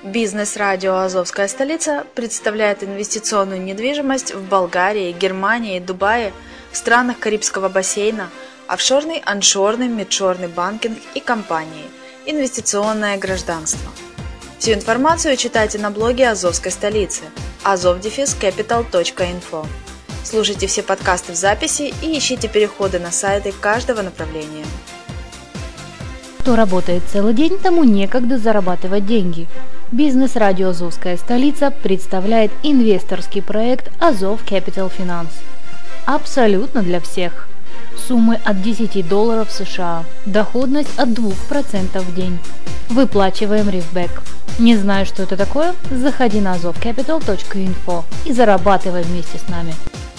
Бизнес-радио «Азовская столица» представляет инвестиционную недвижимость в Болгарии, Германии, Дубае, в странах Карибского бассейна, офшорный, аншорный, мидшорный банкинг и компании, инвестиционное гражданство. Всю информацию читайте на блоге «Азовской столицы» azov-capital.info. Слушайте все подкасты в записи и ищите переходы на сайты каждого направления. Кто работает целый день, тому некогда зарабатывать деньги. Бизнес-радио «Азовская столица» представляет инвесторский проект Azov Capital Finance. Абсолютно для всех. Суммы от $10 США. Доходность от 2% в день. Выплачиваем рифбэк. Не знаешь, что это такое? Заходи на azov-capital.info и зарабатывай вместе с нами.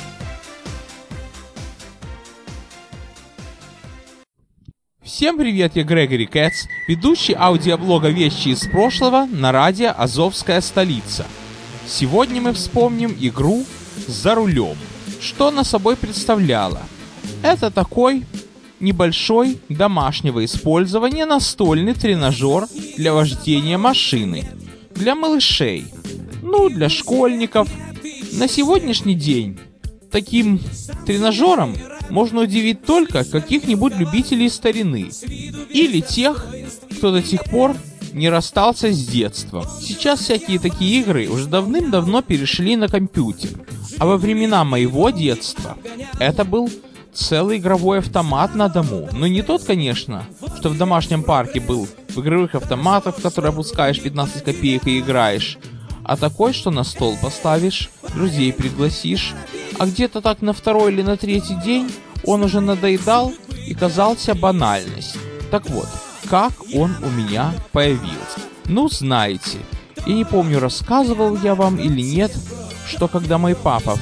Всем привет, я Грегори Кэтс, ведущий аудиоблога «Вещи из прошлого» на радио «Азовская столица». Сегодня мы вспомним игру «За рулем». Что она собой представляла? Это такой небольшой домашнего использования настольный тренажер для вождения машины. Для малышей, для школьников. На сегодняшний день таким тренажером можно удивить только каких-нибудь любителей старины или тех, кто до сих пор не расстался с детством. Сейчас всякие такие игры уже давным-давно перешли на компьютер. А во времена моего детства это был целый игровой автомат на дому. Но не тот, конечно, что в домашнем парке был в игровых автоматах, в которые опускаешь 15 копеек и играешь, а такой, что на стол поставишь, друзей пригласишь, а где-то так на второй или на третий день он уже надоедал и казался банальностью. Так вот, как он у меня появился? Знаете, я не помню, рассказывал я вам или нет, что когда мой папа в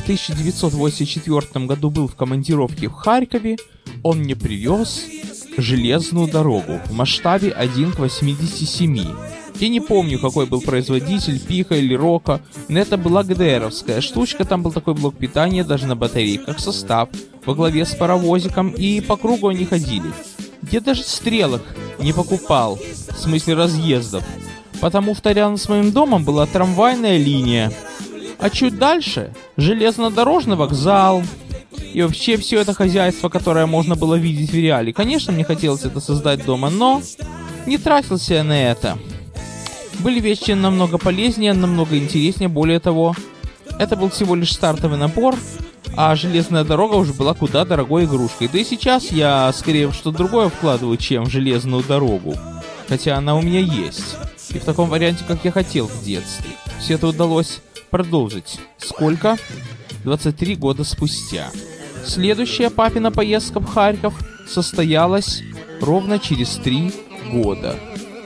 1984 году был в командировке в Харькове, он мне привез железную дорогу в масштабе 1:87. Я не помню, какой был производитель, Пиха или Рока, но это была ГДРовская штучка, там был такой блок питания, даже на батарейках состав, во главе с паровозиком, и по кругу они ходили. Я даже стрелок не покупал, в смысле разъездов, потому что рядом с моим домом была трамвайная линия, а чуть дальше железнодорожный вокзал, и вообще все это хозяйство, которое можно было видеть в реале. Конечно, мне хотелось это создать дома, но не тратился я на это. Были вещи намного полезнее, намного интереснее. Более того, это был всего лишь стартовый набор, а железная дорога уже была куда дорогой игрушкой. Да и сейчас я скорее в что-то другое вкладываю, чем в железную дорогу. Хотя она у меня есть. И в таком варианте, как я хотел в детстве. Все это удалось продолжить. Сколько? 23 года спустя. Следующая папина поездка в Харьков состоялась ровно через 3 года.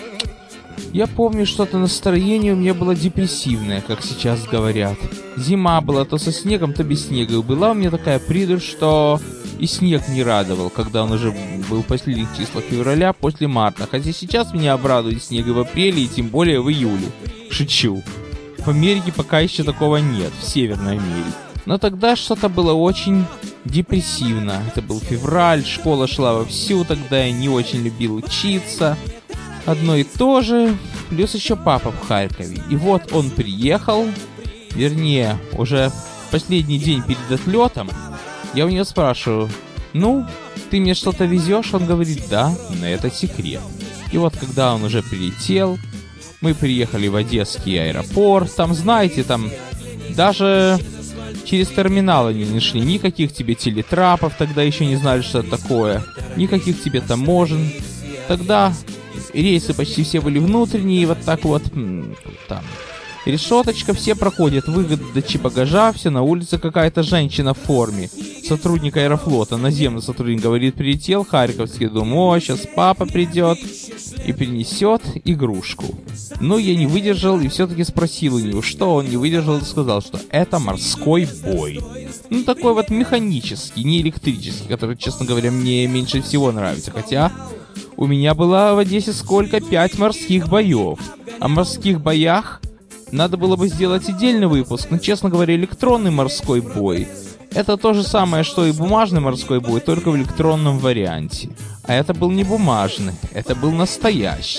Я помню, что-то настроение у меня было депрессивное, как сейчас говорят. Зима была то со снегом, то без снега. И была у меня такая придурь, что и снег не радовал, когда он уже был в последних числах февраля, после марта. Хотя сейчас меня обрадует снег и в апреле, и тем более в июле. Шучу. В Америке пока еще такого нет, в Северной Америке. Но тогда что-то было очень депрессивно. Это был февраль, школа шла вовсю, тогда я не очень любил учиться. Одно и то же, плюс еще папа в Харькове. И вот он приехал, вернее, уже в последний день перед отлетом. Я у него спрашиваю, ты мне что-то везешь? Он говорит, да, но это секрет. И вот когда он уже прилетел, мы приехали в Одесский аэропорт. Там, знаете, даже через терминалы не шли. Никаких тебе телетрапов, тогда еще не знали, что это такое. Никаких тебе таможен. Тогда рейсы почти все были внутренние, вот так вот, там, решеточка, все проходят, выдача багажа, все на улице какая-то женщина в форме, сотрудник Аэрофлота, наземный сотрудник, говорит, прилетел харьковский, думаю, сейчас папа придет и принесет игрушку. Я не выдержал и все-таки спросил у него, что он не выдержал и сказал, что это морской бой. Такой вот механический, не электрический, который, честно говоря, мне меньше всего нравится, хотя у меня было в Одессе 5 морских боев. О морских боях надо было бы сделать отдельный выпуск, но, честно говоря, электронный морской бой — это то же самое, что и бумажный морской бой, только в электронном варианте. А это был не бумажный, это был настоящий.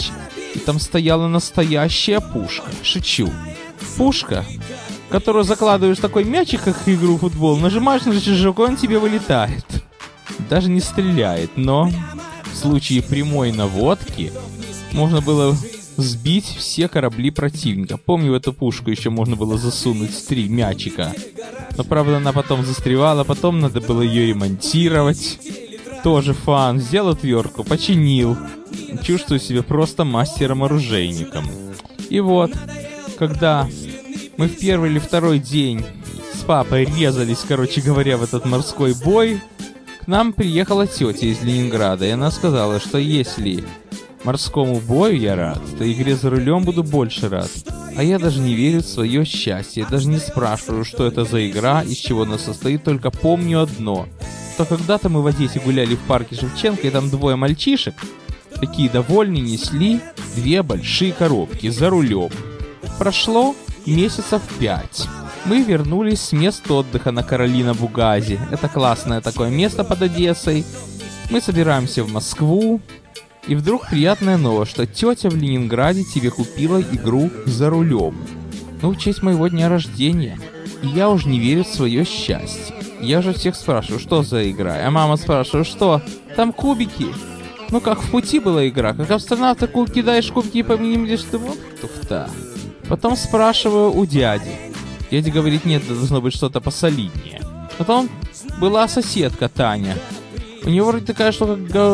И там стояла настоящая пушка. Шучу. Пушка, в которую закладываешь такой мячик, как в игру в футбол, нажимаешь на рычажок, и он тебе вылетает. Даже не стреляет, но в случае прямой наводки можно было сбить все корабли противника. Помню, в эту пушку еще можно было засунуть 3 мячика. Но, правда, она потом застревала, потом надо было ее ремонтировать. Тоже фан. Сделал отвертку, починил. Чувствую себя просто мастером-оружейником. И вот, когда мы в первый или второй день с папой резались, короче говоря, в этот морской бой, к нам приехала тетя из Ленинграда, и она сказала, что если морскому бою я рад, то игре за рулем буду больше рад. А я даже не верю в свое счастье, даже не спрашиваю, что это за игра, из чего она состоит, только помню одно. Что когда-то мы в Одессе гуляли в парке Шевченко, и там 2 мальчишек, такие довольные, несли 2 большие коробки за рулем. Прошло месяцев 5. Мы вернулись с места отдыха на Каролина Бугазе. Это классное такое место под Одессой. Мы собираемся в Москву. И вдруг приятная новость, что тетя в Ленинграде тебе купила игру за рулем. Ну, в честь моего дня рождения. И я уже не верю в свое счастье. Я же всех спрашиваю, что за игра. А мама спрашивает, что? Там кубики. Ну, как в пути была игра. Как астронавт, ты кидаешь кубики и по ним идешь, ты вот туфта. Потом спрашиваю у дяди. Дядя говорит, нет, должно быть что-то посолиднее. Потом была соседка Таня. У нее вроде такая штука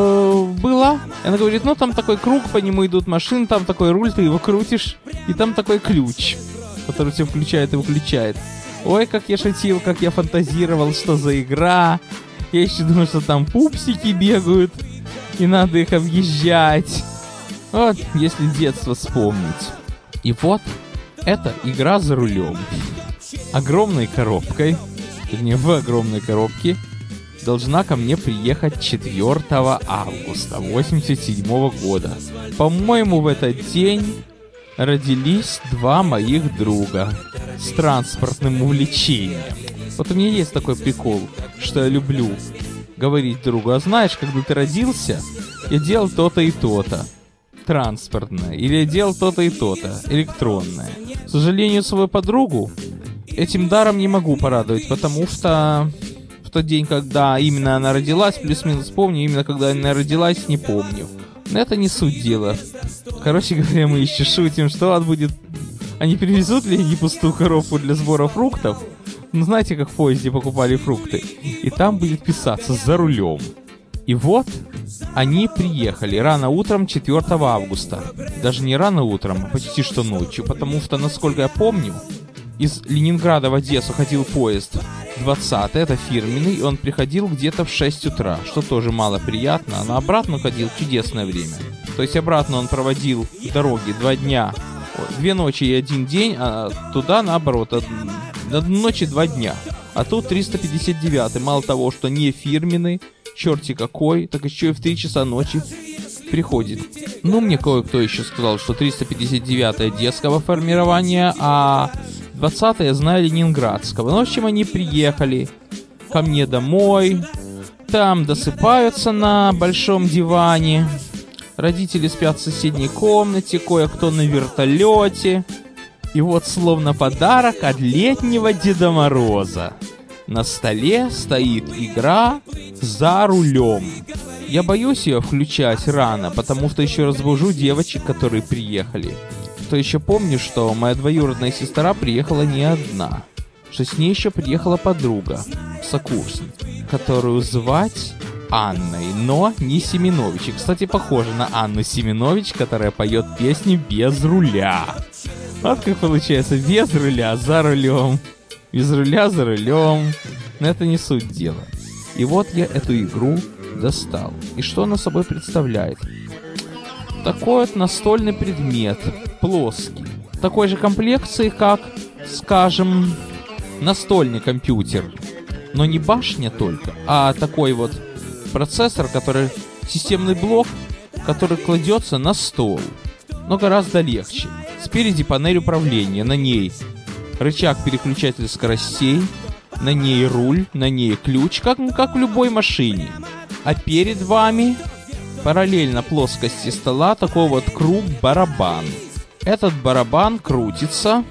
была. И она говорит, ну там такой круг, по нему идут машины, там такой руль, ты его крутишь. И там такой ключ, который все включает и выключает. Ой, как я шутил, как я фантазировал, что за игра. Я еще думаю, что там пупсики бегают. И надо их объезжать. Вот, если детство вспомнить. И вот, это игра за рулем. Огромной коробкой, вернее, в огромной коробке, должна ко мне приехать 4 августа 87 года. По-моему, в этот день родились 2 моих друга с транспортным увлечением. Вот у меня есть такой прикол, что я люблю говорить другу, а знаешь, когда ты родился, я делал то-то и то-то. Транспортное. Или я делал то-то и то-то. Электронное. К сожалению, свою подругу этим даром не могу порадовать, потому что в тот день, когда именно она родилась, плюс-минус помню, именно когда она родилась, не помню. Но это не суть дела. Короче говоря, мы еще шутим, что будет... Они привезут ли они пустую коробку для сбора фруктов? Ну, знаете, как в поезде покупали фрукты? И там будет писаться «за рулем». И вот они приехали рано утром 4 августа. Даже не рано утром, а почти что ночью. Потому что, насколько я помню, из Ленинграда в Одессу ходил поезд 20, это фирменный, и он приходил где-то в 6 утра, что тоже мало приятно. А на обратно ходил чудесное время. То есть обратно он проводил в дороге 2 дня, 2 ночи и 1 день, а туда наоборот, 1 ночь и 2 дня. А тут 359, мало того, что не фирменный, черти какой, так еще и в 3 часа ночи приходит. Ну, мне кое-кто еще сказал, что 359-е детского формирования, а 20-е я знаю ленинградского. Ну, в общем, они приехали ко мне домой, там досыпаются на большом диване, родители спят в соседней комнате, кое-кто на вертолете. И вот словно подарок от летнего Деда Мороза на столе стоит игра «За рулем». Я боюсь ее включать рано, потому что еще разбужу девочек, которые приехали. То еще помню, что моя двоюродная сестра приехала не одна, что с ней еще приехала подруга, сокурсник, которую звать Анной, но не Семенович. И, кстати, похожа на Анну Семенович, которая поет песню «Без руля». Вот как получается, без руля, за рулем. Без руля, за рулем. Но это не суть дела. И вот я эту игру достал. И что она собой представляет? Такой вот настольный предмет, плоский. Такой же комплекции, как, скажем, настольный компьютер. Но не башня только, а такой вот процессор, который, системный блок, который кладется на стол. Но гораздо легче. Спереди панель управления, на ней рычаг переключателя скоростей, на ней руль, на ней ключ, как в любой машине. А перед вами параллельно плоскости стола такой вот круг-барабан. Этот барабан крутится,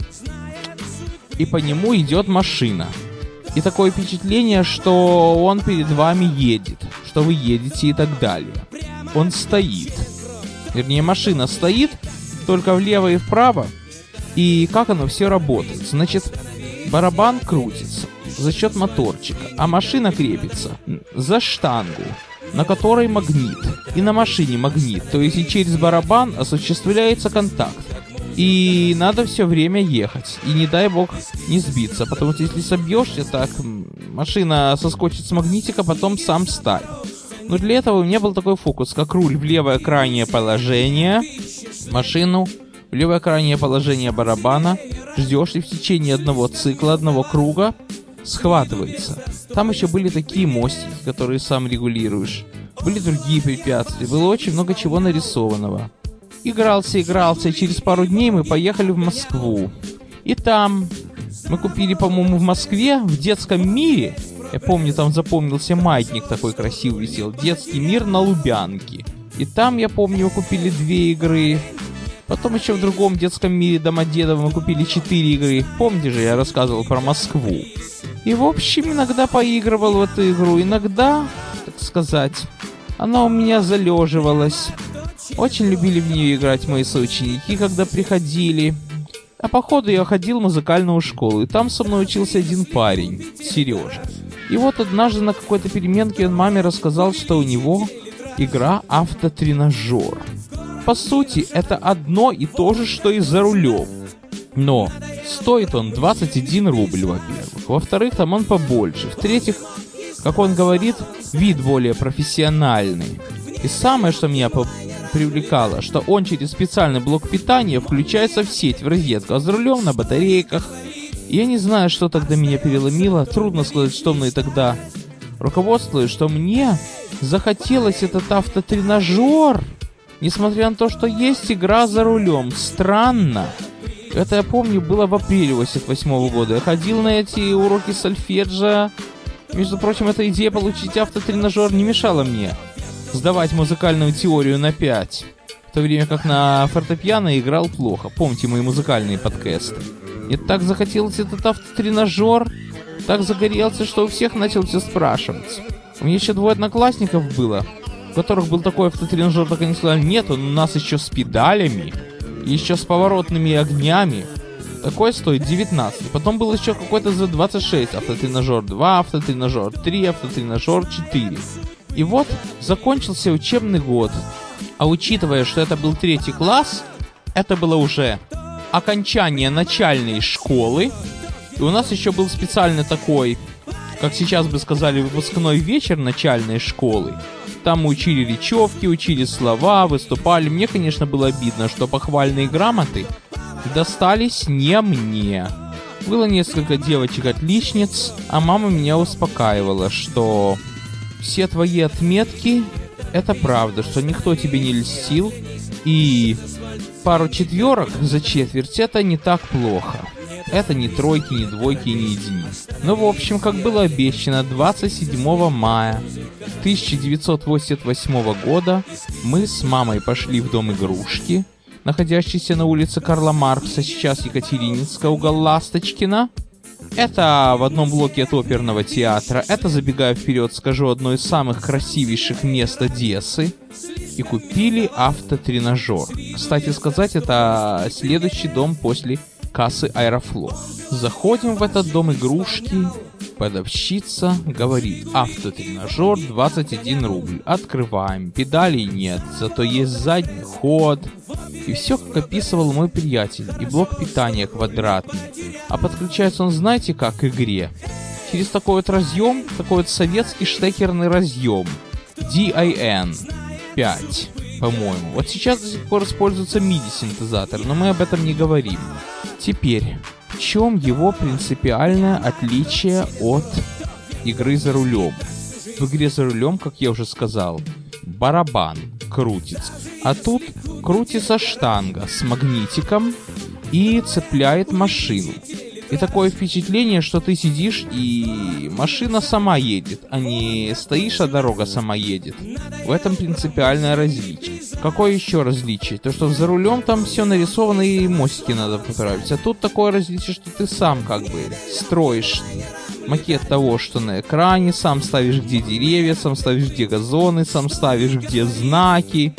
и по нему идет машина. И такое впечатление, что он перед вами едет, что вы едете и так далее. Он стоит. Вернее, машина стоит, только влево и вправо. И как оно все работает? Значит, барабан крутится за счет моторчика, а машина крепится за штангу, на которой магнит. И на машине магнит. То есть и через барабан осуществляется контакт. И надо все время ехать. И не дай бог не сбиться. Потому что если собьешься, так машина соскочит с магнитика, потом сам стань. Но для этого у меня был такой фокус, как руль в левое крайнее положение, машину в левое крайнее положение барабана, ждешь, и в течение одного цикла, одного круга схватывается. Там еще были такие мостики, которые сам регулируешь. Были другие препятствия, было очень много чего нарисованного. Игрался, и через пару дней мы поехали в Москву. И там мы купили, по-моему, в Москве, в детском мире, я помню, там запомнился маятник такой красивый висел, детский мир на Лубянке. И там, я помню, мы купили 2 игры. Потом еще в другом детском мире Домодедово мы купили 4 игры. Помните же, я рассказывал про Москву. И, в общем, иногда поигрывал в эту игру, иногда, так сказать, она у меня залеживалась. Очень любили в нее играть мои соученики, когда приходили. А по ходу я ходил в музыкальную школу, и там со мной учился один парень, Сережа. И вот однажды на какой-то переменке он маме рассказал, что у него игра автотренажер. По сути, это одно и то же, что и за рулем. Но стоит он 21 рубль, во-первых. Во-вторых, там он побольше. В-третьих, как он говорит, вид более профессиональный. И самое, что меня привлекало, что он через специальный блок питания включается в сеть, в розетку, а за рулем на батарейках. И я не знаю, что тогда меня переломило. Трудно сказать, что мной тогда руководствует, что мне захотелось этот автотренажер, несмотря на то, что есть игра за рулем. Странно. Это, я помню, было в апреле 88 года. Я ходил на эти уроки сольфеджио. Между прочим, эта идея получить автотренажер не мешала мне сдавать музыкальную теорию на 5. В то время как на фортепиано играл плохо. Помните мои музыкальные подкасты. Мне так захотелось этот автотренажер, так загорелся, что у всех начал все спрашивать. У меня еще 2 одноклассников было, у которых был такой автотренажер, так они сказали: нет, он у нас еще с педалями, еще с поворотными огнями. Такой стоит 19. Потом был еще какой-то за 26. Автотренажер 2, автотренажер 3, автотренажер 4. И вот закончился учебный год. А учитывая, что это был 3 класс, это было уже окончание начальной школы. И у нас еще был специальный такой, как сейчас бы сказали, выпускной вечер начальной школы. Там мы учили речевки, учили слова, выступали. Мне, конечно, было обидно, что похвальные грамоты достались не мне. Было несколько девочек-отличниц, а мама меня успокаивала, что все твои отметки — это правда, что никто тебе не льстил, и пару 4 за четверть — это не так плохо. Это не 3, не 2, не единицы. Ну, в общем, как было обещано, 27 мая 1988 года мы с мамой пошли в дом игрушки, находящийся на улице Карла Маркса, сейчас Екатерининская, угол Ласточкина. Это в одном блоке от оперного театра. Это, забегая вперед, скажу, одно из самых красивейших мест Одессы. И купили автотренажер. Кстати сказать, это следующий дом после кассы Аэрофлот. Заходим в этот дом игрушки. Продавщица говорит: автотренажер 21 рубль. Открываем. Педалей нет, зато есть задний ход. И все, как описывал мой приятель. И блок питания квадратный. А подключается он, знаете как, к игре? Через такой вот разъем, такой вот советский штекерный разъем. DIN 5, по-моему. Вот сейчас до сих пор используется MIDI-синтезатор, но мы об этом не говорим. Теперь, в чем его принципиальное отличие от игры за рулем? В игре за рулем, как я уже сказал, барабан крутится. А тут крутится штанга с магнитиком и цепляет машину. И такое впечатление, что ты сидишь и машина сама едет, а не стоишь, а дорога сама едет. В этом принципиальное различие. Какое еще различие? То, что за рулем там все нарисовано и мостики надо поправить. А тут такое различие, что ты сам как бы строишь макет того, что на экране, сам ставишь, где деревья, сам ставишь, где газоны, сам ставишь, где знаки,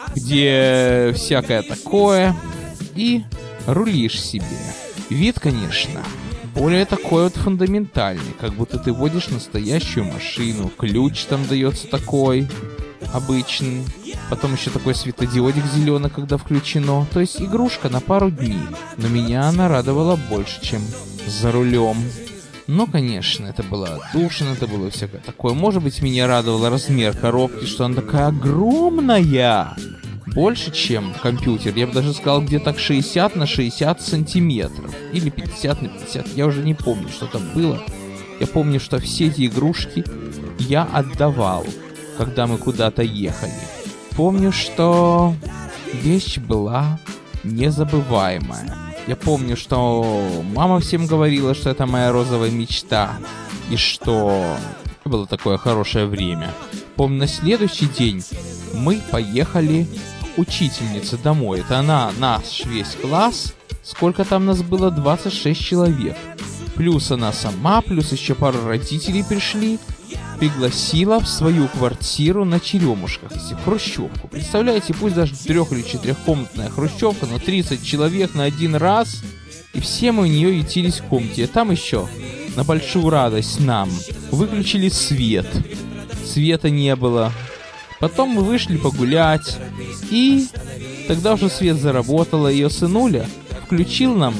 где всякое такое. И рулишь себе. Вид, конечно, более такой вот фундаментальный, как будто ты водишь настоящую машину, ключ там дается такой, обычный, потом еще такой светодиодик зеленый, когда включено, то есть игрушка на пару дней, но меня она радовала больше, чем за рулем. Но, конечно, это было отдушина, это было всякое такое, может быть, меня радовал размер коробки, что она такая огромная. Больше, чем компьютер. Я бы даже сказал, где-то так 60 на 60 сантиметров. Или 50 на 50. Я уже не помню, что там было. Я помню, что все эти игрушки я отдавал, когда мы куда-то ехали. Помню, что вещь была незабываемая. Я помню, что мама всем говорила, что это моя розовая мечта. И что было такое хорошее время. Помню, на следующий день мы поехали учительница домой. Это она, наш весь класс. Сколько там нас было? 26 человек. Плюс она сама, плюс еще пару родителей пришли. Пригласила в свою квартиру на Черемушках, если хрущевку. Представляете, пусть даже 3- или 4-комнатная хрущевка, но 30 человек на один раз. И все мы у нее ютились в комнате. А там еще, на большую радость нам, выключили свет. Света не было. Потом мы вышли погулять, и тогда уже свет заработало, ее сынуля включил нам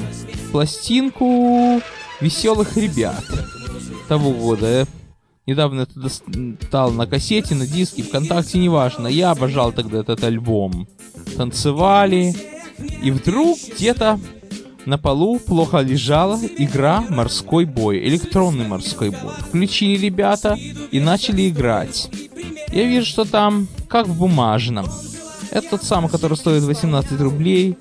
пластинку «Веселых ребят» того года. Я недавно это достал на кассете, на диске, ВКонтакте, неважно. Я обожал тогда этот альбом. Танцевали, и вдруг где-то на полу плохо лежала игра «Морской бой», электронный морской бой. Включили ребята и начали играть. Я вижу, что там, как в бумажном. Это тот самый, который стоит 18 рублей.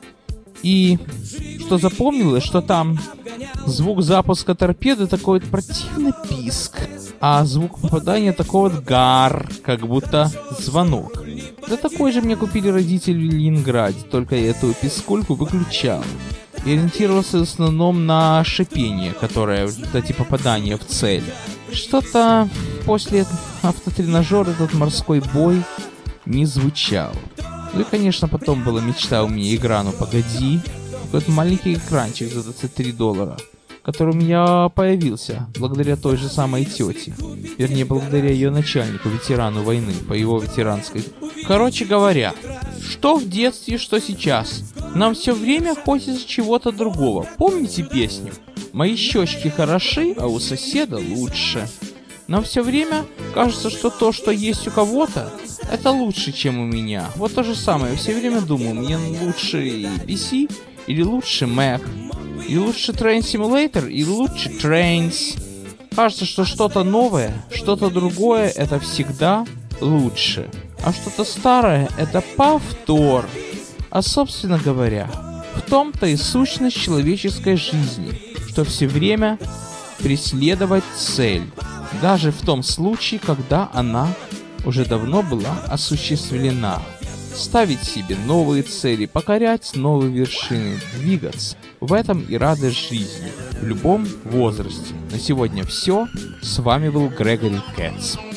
И что запомнилось, что там звук запуска торпеды такой вот противный писк. А звук попадания такой вот гар, как будто звонок. Да такой же мне купили родители в Ленинграде, только я эту пискульку выключал. И ориентировался в основном на шипение, которое в результате попадания в цель. Что-то после автотренажера этот морской бой не звучал. Ну и, конечно, потом была мечта у меня игра «Ну погоди». Какой-то маленький экранчик за $23, который у меня появился благодаря той же самой тете. Вернее, благодаря ее начальнику, ветерану войны, по его ветеранской. Короче говоря, что в детстве, что сейчас. Нам все время хочется чего-то другого. Помните песню? «Мои щечки хороши, а у соседа лучше». Нам все время кажется, что то, что есть у кого-то, это лучше, чем у меня. Вот то же самое. Я все время думаю, мне лучше PC, или лучше Mac, или лучше Train Simulator, или лучше Trains. Кажется, что что-то новое, что-то другое, это всегда лучше. А что-то старое, это повтор. А собственно говоря, в том-то и сущность человеческой жизни, что все время преследовать цель, даже в том случае, когда она уже давно была осуществлена. Ставить себе новые цели, покорять новые вершины, двигаться. В этом и радость жизни, в любом возрасте. На сегодня все. С вами был Грегори Кэтс.